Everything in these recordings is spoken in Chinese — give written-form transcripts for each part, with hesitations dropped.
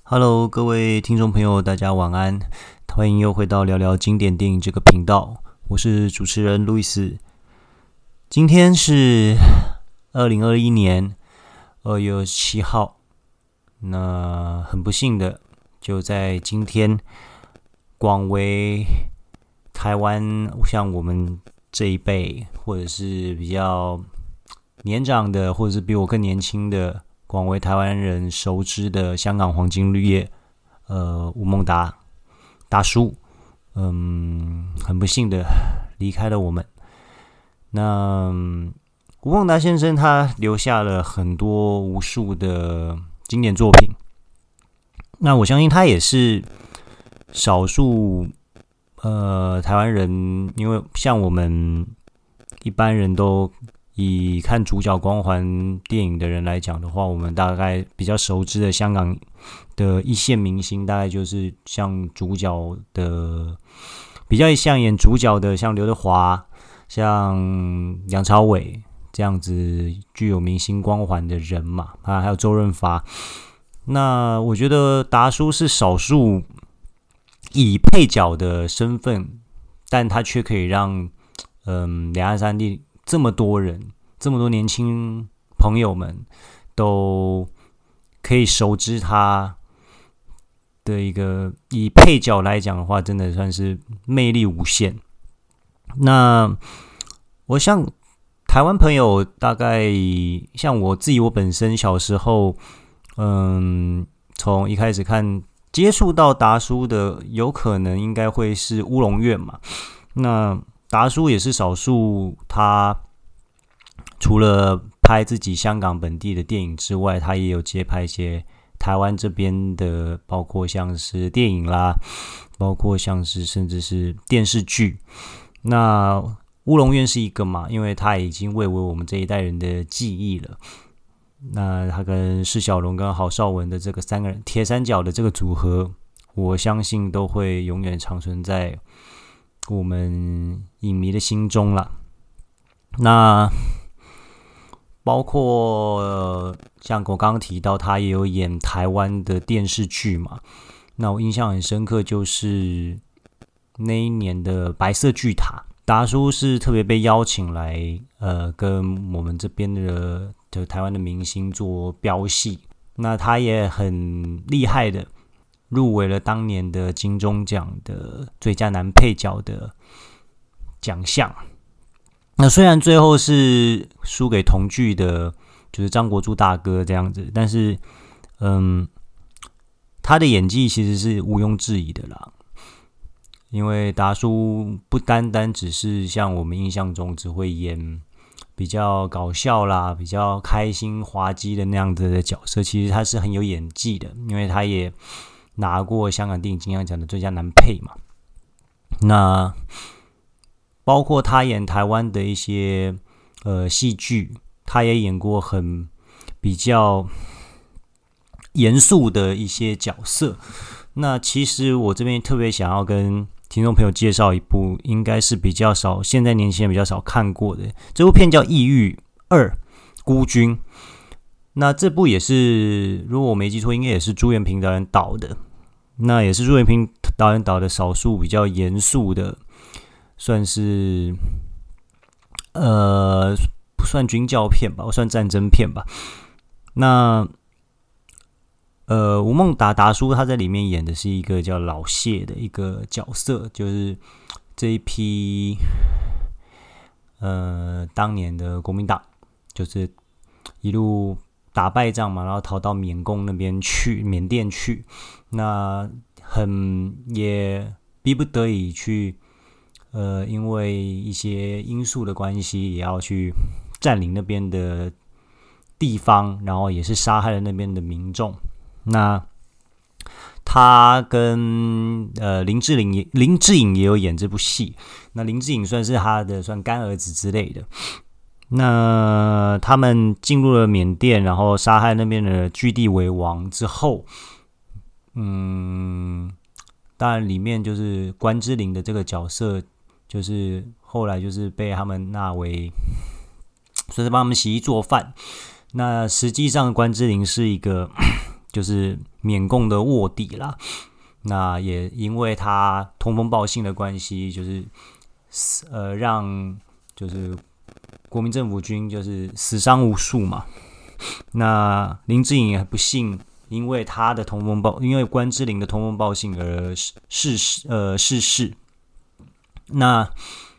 Hello，各位听众朋友，大家晚安，欢迎又回到聊聊经典电影这个频道，我是主持人路易斯。今天是2021年2月7号，那很不幸的，就在今天，广为台湾像我们这一辈，或者是比较年长的，或者是比我更年轻的，广为台湾人熟知的香港黄金绿叶，吴孟达大叔，很不幸的离开了我们。那吴孟达先生他留下了很多无数的经典作品，那我相信他也是少数台湾人，因为像我们一般人都以看主角光环电影的人来讲的话，我们大概比较熟知的香港的一线明星，大概就是像主角的比较像演主角的，像刘德华、像梁朝伟这样子具有明星光环的人嘛，还有周润发。那我觉得达叔是少数以配角的身份，但他却可以让两岸三地这么多人，这么多年轻朋友们都可以熟知他的一个，以配角来讲的话，真的算是魅力无限。那我想台湾朋友大概像我自己，我本身小时候，从一开始接触到达叔的，有可能应该会是乌龙院嘛。那达叔也是少数，他除了拍自己香港本地的电影之外，他也有接拍一些台湾这边的，包括像是电影啦，包括像是甚至是电视剧。那乌龙院是一个嘛，因为他已经蔚为我们这一代人的记忆了。那他跟释小龙跟郝邵文的这个三个人铁三角的这个组合，我相信都会永远长存在我们影迷的心中啦。那包括像我刚刚提到，他也有演台湾的电视剧嘛。那我印象很深刻，就是那一年的白色巨塔，达叔是特别被邀请来，跟我们这边的台湾的明星做飙戏。那他也很厉害的入围了当年的金钟奖的最佳男配角的奖项。那虽然最后是输给同剧的，就是张国柱大哥这样子，但是，他的演技其实是毋庸置疑的啦。因为达叔不单单只是像我们印象中只会演比较搞笑啦、比较开心滑稽的那样子的角色，其实他是很有演技的，因为他也拿过香港电影金像奖的最佳男配嘛。那包括他演台湾的一些戏剧，他也演过很比较严肃的一些角色。那其实我这边特别想要跟听众朋友介绍一部，应该是比较少，现在年轻人比较少看过的。这部片叫《异域2孤军》。那这部也是，如果我没记错，应该也是朱延平导演导的。那也是朱延平导演导的少数比较严肃的，算是不算军教片吧，算战争片吧。那吴孟达叔他在里面演的是一个叫老谢的一个角色，就是这一批当年的国民党，就是一路打败仗嘛，然后逃到缅甸去，那也逼不得已去，因为一些因素的关系，也要去占领那边的地方，然后也是杀害了那边的民众。那他跟林志颖也有演这部戏，那林志颖算是他的干儿子之类的。那他们进入了缅甸，然后杀害那边的据地为王之后，当然里面就是关之琳的这个角色，就是后来就是被他们纳为，算是帮他们洗衣做饭。那实际上关之琳是一个就是缅共的卧底啦。那也因为他通风报信的关系，就是让就是国民政府军就是死伤无数嘛。那林志颖也不幸因为关之琳的通风报信而逝世。那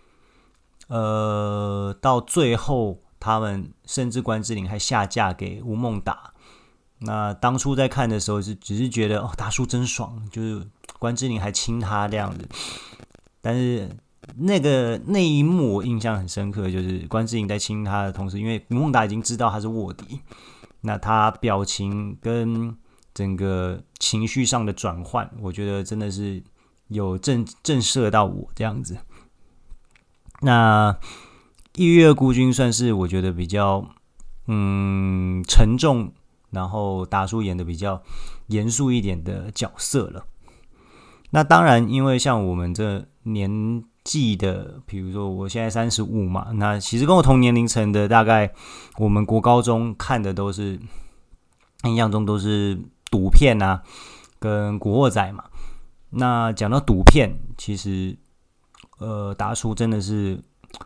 到最后，他们甚至关之琳还下嫁给吴孟达。那当初在看的时候只是觉得达叔真爽，就是关之琳还亲他这样子。但是那一幕我印象很深刻，就是关之琳在亲他的同时，因为吴孟达已经知道他是卧底，那他表情跟整个情绪上的转换，我觉得真的是有震慑到我这样子。那一月二孤军算是我觉得比较沉重，然后达叔演的比较严肃一点的角色了。那当然，因为像我们这年纪的，比如说我现在35嘛，那其实跟我同年龄层的，大概我们国高中看的都是，印象中都是赌片啊，跟古惑仔嘛。那讲到赌片，其实达叔真的是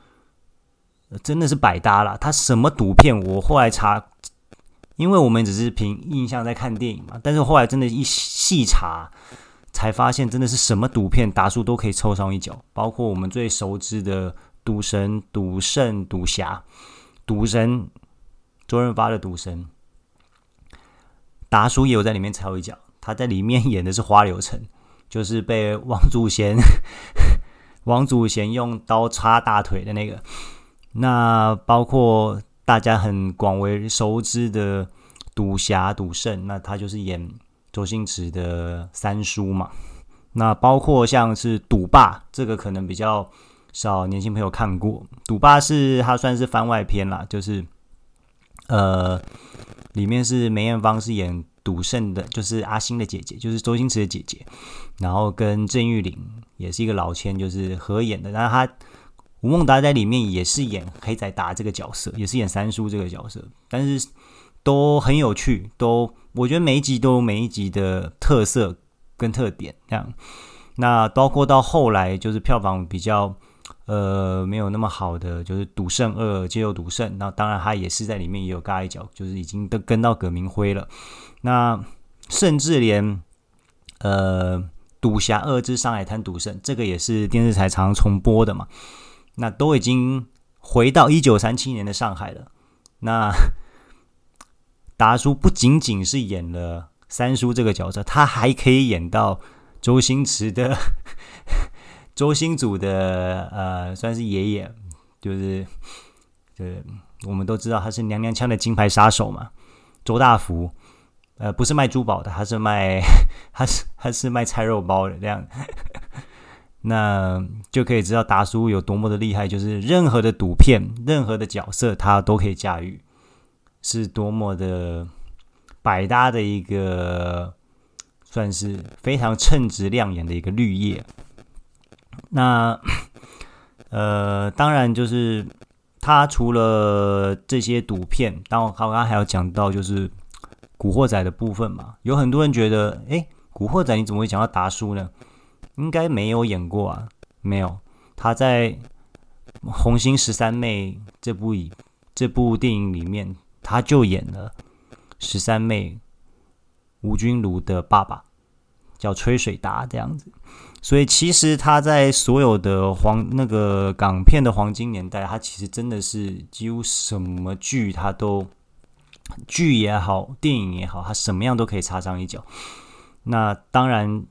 百搭啦，他什么赌片，我后来查。因为我们只是凭印象在看电影嘛，但是后来真的一细查，才发现真的是什么赌片达叔都可以凑上一脚，包括我们最熟知的赌神、赌圣、赌侠。赌神周润发的赌神，达叔也有在里面插一脚，他在里面演的是花柳城，就是被王祖贤用刀插大腿的那个。那包括大家很广为熟知的赌侠、赌圣，那他就是演周星驰的三叔嘛。那包括像是赌霸，这个可能比较少年轻朋友看过。赌霸他算是番外篇啦，就是里面是梅艳芳是演赌圣的，就是阿星的姐姐，就是周星驰的姐姐，然后跟郑裕玲也是一个老千，就是合演的。然后吴孟达在里面也是演黑仔达这个角色，也是演三叔这个角色，但是都很有趣，我觉得每一集都有每一集的特色跟特点这样。那包括到后来就是票房比较没有那么好的，就是赌圣2街头赌圣，那当然他也是在里面也有尬一脚，就是已经都跟到葛明辉了。那甚至连赌侠2之上海滩赌圣，这个也是电视台常常重播的嘛。那都已经回到1937年的上海了。那达叔不仅仅是演了三叔这个角色，他还可以演到周星驰的周星祖的算是爷爷，就是我们都知道他是娘娘腔的金牌杀手嘛，周大福。不是卖珠宝的，他是卖菜肉包的这样。那就可以知道达叔有多么的厉害，就是任何的赌片、任何的角色他都可以驾驭，是多么的百搭的一个，算是非常称职亮眼的一个绿叶。那当然就是他除了这些赌片，当然刚刚还有讲到就是古惑仔的部分嘛，有很多人觉得，古惑仔你怎么会讲到达叔呢？应该没有演过啊，没有。他在《红星13妹》这部电影里面，他就演了13妹吴君如的爸爸，叫崔水达这样子。所以其实他在所有的那个港片的黄金年代，他其实真的是几乎什么剧他都，剧也好，电影也好，他什么样都可以插上一脚。那当然。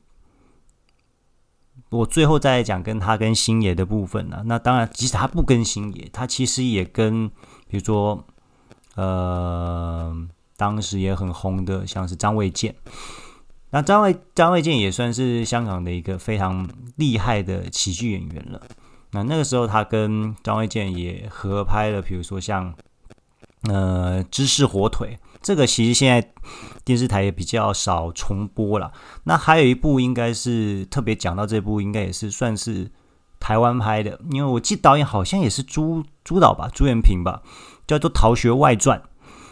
我最后再讲他跟星爷的部分那当然，即使他不跟星爷，他其实也跟，比如说，当时也很红的，像是张卫健。那张卫健也算是香港的一个非常厉害的喜剧演员了。那个时候，他跟张卫健也合拍了，比如说像芝士火腿。这个其实现在电视台也比较少重播了。那还有一部应该是特别讲到这部，应该也是算是台湾拍的，因为我记得导演好像也是朱导吧，朱延平吧，叫做《逃学外传》。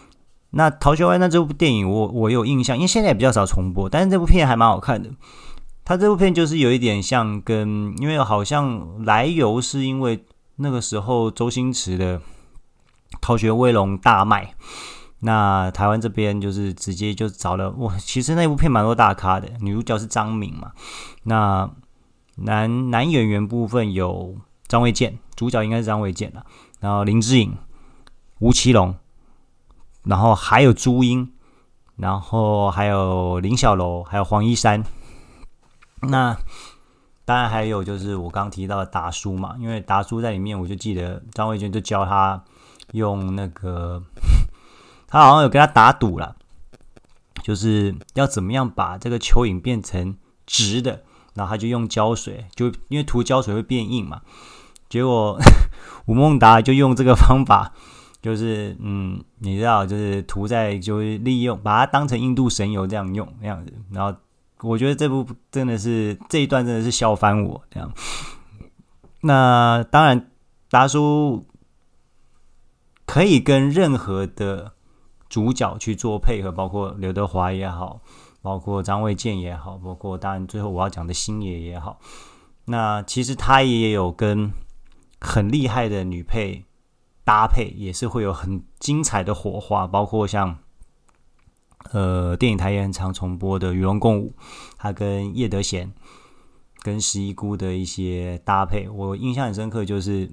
那逃学威龙这部电影我有印象，因为现在也比较少重播，但是这部片还蛮好看的。它这部片就是有一点像因为好像来由是因为那个时候周星驰的《逃学威龙》大卖，那台湾这边就是直接就找了其实那部片蛮多大咖的，女主角是张敏嘛，那男演员部分有张卫健，主角应该是张卫健啦，然后林志颖、吴奇隆，然后还有朱茵，然后还有林小楼，还有黄一山。那当然还有就是我刚刚提到的达叔嘛，因为达叔在里面，我就记得张卫健就教他用那个，他好像有跟他打赌啦，就是要怎么样把这个蚯蚓变成直的，然后他就用胶水，就因为涂胶水会变硬嘛，结果吴孟达就用这个方法，就是你知道，就是涂在，就是利用把它当成印度神油这样用那样子，然后。我觉得这一段真的是笑翻我这样。那当然，达叔可以跟任何的主角去做配合，包括刘德华也好，包括张卫健也好，包括当然最后我要讲的星爷也好。那其实他也有跟很厉害的女配搭配，也是会有很精彩的火花，包括像。电影台也很常重播的《与龙共舞》，他跟叶德娴、跟十一姑的一些搭配，我印象很深刻，就是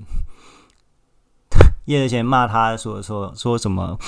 叶德娴骂他说什么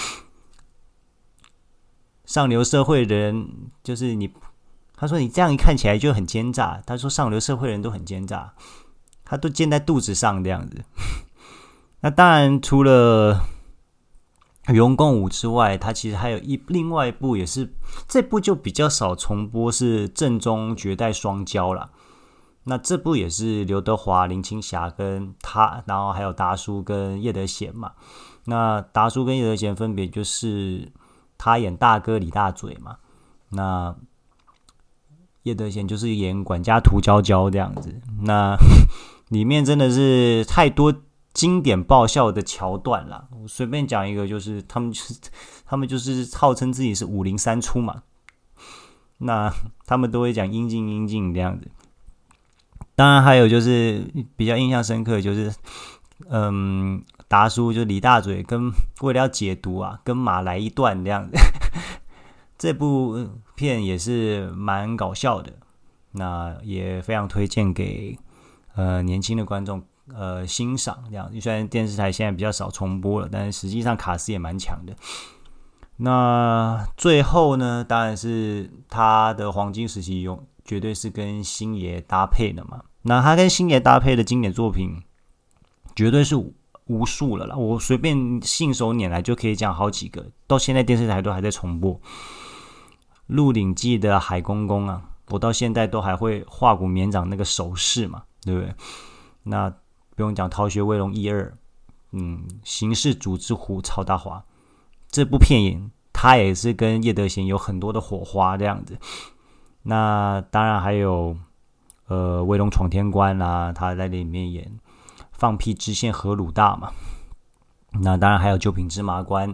上流社会的人，就是你，他说你这样一看起来就很奸诈，他说上流社会人都很奸诈，他都奸在肚子上这样子。那当然除了。与龙共舞之外，它其实还有另外一部，也是这部就比较少重播，是正宗绝代双骄啦。那这部也是刘德华、林青霞跟他，然后还有达叔跟叶德娴嘛。那达叔跟叶德娴分别就是他演大哥李大嘴嘛，那叶德娴就是演管家涂娇娇这样子。那里面真的是太多。经典爆笑的桥段啦，我随便讲一个，就是他们就是号称自己是503出嘛，那他们都会讲英静这样子。当然还有就是比较印象深刻的就是，达叔就李大嘴为了要解毒啊，跟马来一段这样子。这部片也是蛮搞笑的，那也非常推荐给年轻的观众。欣赏这样，虽然电视台现在比较少重播了，但是实际上卡司也蛮强的。那最后呢，当然是他的黄金时期绝对是跟星爷搭配的嘛。那他跟星爷搭配的经典作品，绝对是无数了啦。我随便信手拈来就可以讲好几个，到现在电视台都还在重播。《鹿鼎记》的海公公啊，我到现在都还会画骨绵掌那个手势嘛，对不对？那不用讲《逃学威龙》1、2，刑事组织虎曹大华这部片他也是跟叶德娴有很多的火花这样子。那当然还有威龙闯天关啦，他在里面演放屁知县何鲁大嘛。那当然还有九品芝麻官，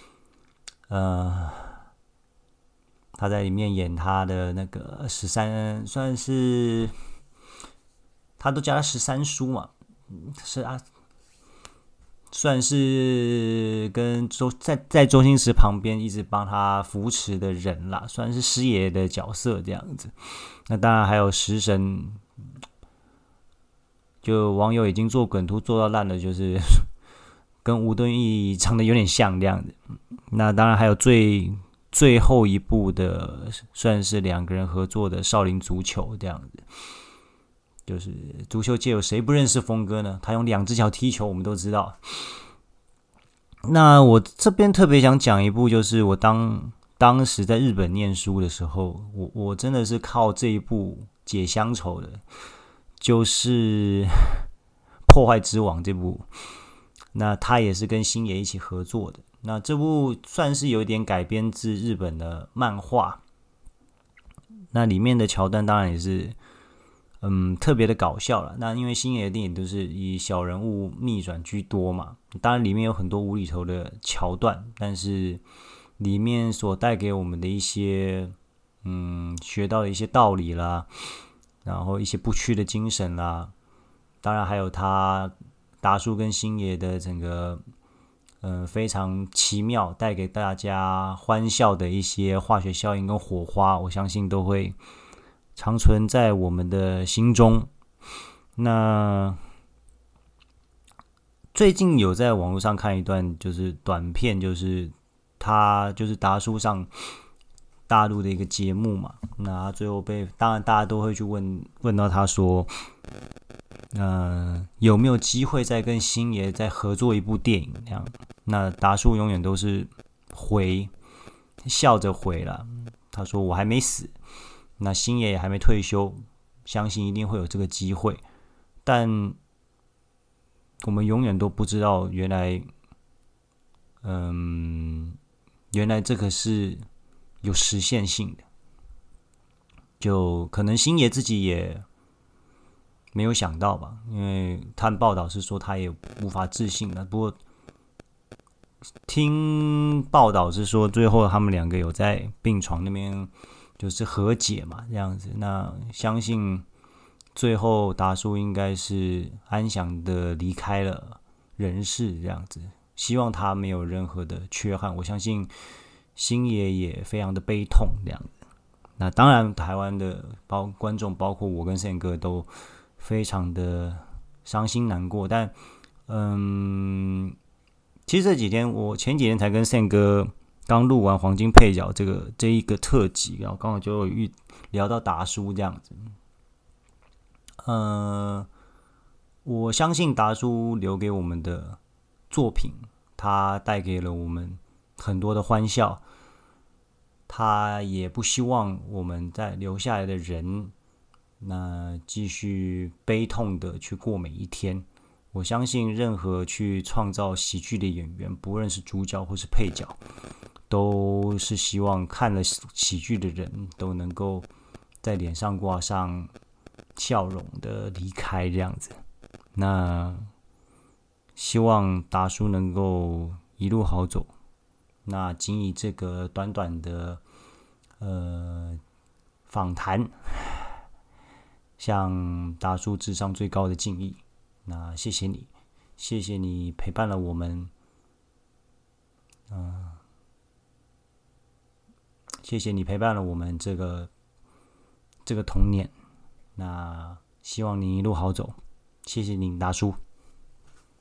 他在里面演他的那个13，算是他都叫他13叔嘛。是啊，算是跟在周星驰旁边一直帮他扶持的人啦，算是师爷的角色这样子。那当然还有食神，就网友已经做梗图做到烂了，就是跟吴敦义长得有点像这样子。那当然还有最后一部的，算是两个人合作的少林足球这样子。就是足球界有谁不认识峰哥呢？他用2只脚踢球，我们都知道。那我这边特别想讲一部，就是我当时在日本念书的时候，我真的是靠这一部解乡愁的，就是《破坏之王》这部。那他也是跟星爷一起合作的。那这部算是有点改编自日本的漫画。那里面的桥段当然也是。特别的搞笑了。那因为星爷的电影都是以小人物逆转居多嘛，当然里面有很多无厘头的桥段，但是里面所带给我们的一些学到的一些道理啦，然后一些不屈的精神啦，当然还有他达叔跟星爷的整个非常奇妙，带给大家欢笑的一些化学效应跟火花，我相信都会长存在我们的心中。那最近有在网络上看一段就是短片，就是他就是达叔上大陆的一个节目嘛，那最后当然大家都会去问到他说，有没有机会再跟星爷再合作一部电影这样？那达叔永远都是笑着回了，他说我还没死，那星爷也还没退休，相信一定会有这个机会，但我们永远都不知道原来这个是有实现性的，就可能星爷自己也没有想到吧，因为看报道是说他也无法置信的。不过听报道是说，最后他们两个有在病床那边就是和解嘛，这样子。那相信最后达叔应该是安详的离开了人世，这样子。希望他没有任何的缺憾。我相信星爷也非常的悲痛，这样子。那当然，台湾的观众，包括我跟宪哥都非常的伤心难过，但其实我前几天才跟宪哥刚录完黄金配角这一个特辑，然后刚好就聊到达叔这样子。我相信达叔留给我们的作品，他带给了我们很多的欢笑，他也不希望我们在留下来的人那继续悲痛的去过每一天。我相信任何去创造喜剧的演员，不论是主角或是配角，都是希望看了喜剧的人都能够在脸上挂上笑容的离开这样子。那希望达叔能够一路好走。那仅以这个短短的访谈，向达叔致上最高的敬意。那谢谢你，谢谢你陪伴了我们，谢谢你陪伴了我们这个童年。那希望你一路好走，谢谢你，达叔。